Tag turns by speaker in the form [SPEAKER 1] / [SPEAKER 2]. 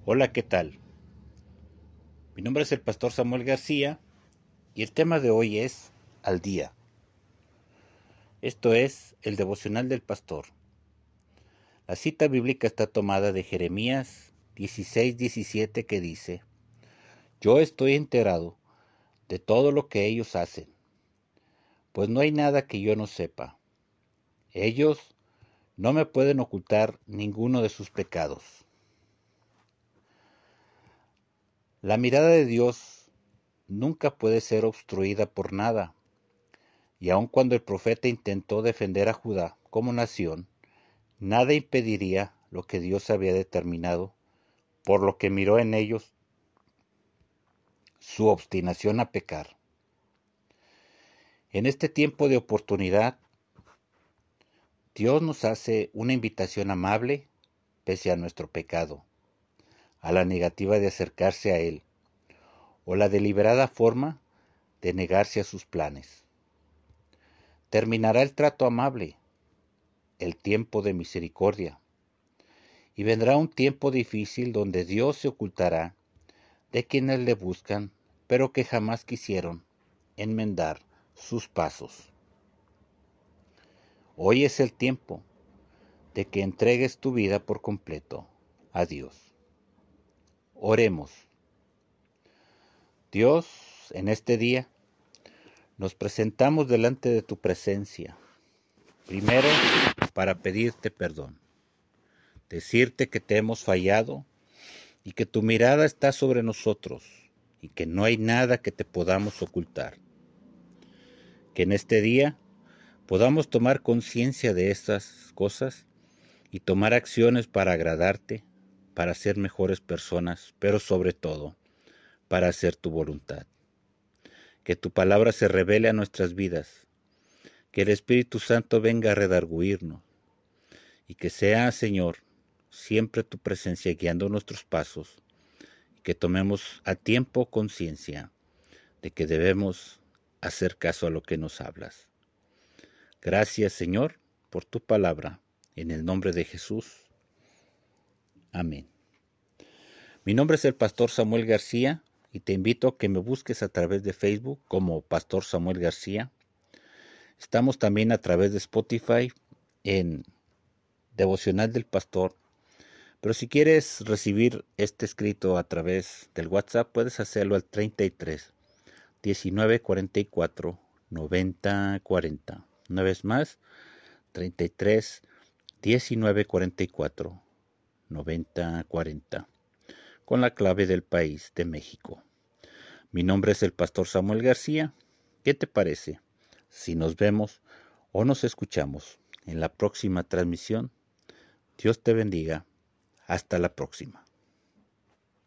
[SPEAKER 1] Hola, ¿qué tal? Mi nombre es el pastor Samuel García y el tema de hoy es Al día. Esto es el devocional del pastor. La cita bíblica está tomada de Jeremías 16:17 que dice: Yo estoy enterado de todo lo que ellos hacen, pues no hay nada que yo no sepa. Ellos no me pueden ocultar ninguno de sus pecados. La mirada de Dios nunca puede ser obstruida por nada. Y aun cuando el profeta intentó defender a Judá como nación, nada impediría lo que Dios había determinado, por lo que miró en ellos su obstinación a pecar. En este tiempo de oportunidad, Dios nos hace una invitación amable, pese a nuestro pecado, a la negativa de acercarse a Él, o la deliberada forma de negarse a sus planes. Terminará el trato amable, el tiempo de misericordia, y vendrá un tiempo difícil donde Dios se ocultará de quienes le buscan, pero que jamás quisieron enmendar sus pasos. Hoy es el tiempo de que entregues tu vida por completo a Dios. Oremos. Dios, en este día nos presentamos delante de tu presencia, primero para pedirte perdón, decirte que te hemos fallado y que tu mirada está sobre nosotros y que no hay nada que te podamos ocultar. Que en este día podamos tomar conciencia de estas cosas y tomar acciones para agradarte, para ser mejores personas, pero sobre todo, para hacer tu voluntad. Que tu palabra se revele a nuestras vidas, que el Espíritu Santo venga a redarguirnos y que sea, Señor, siempre tu presencia guiando nuestros pasos y que tomemos a tiempo conciencia de que debemos hacer caso a lo que nos hablas. Gracias, Señor, por tu palabra. En el nombre de Jesús. Amén. Mi nombre es el pastor Samuel García y te invito a que me busques a través de Facebook como Pastor Samuel García. Estamos también a través de Spotify en Devocional del Pastor. Pero si quieres recibir este escrito a través del WhatsApp, puedes hacerlo al 33 19 44 90 40. Una vez más, 33 19 44 90 40, con la clave del país de México. Mi nombre es el pastor Samuel García. ¿Qué te parece si nos vemos o nos escuchamos en la próxima transmisión? Dios te bendiga. Hasta la próxima.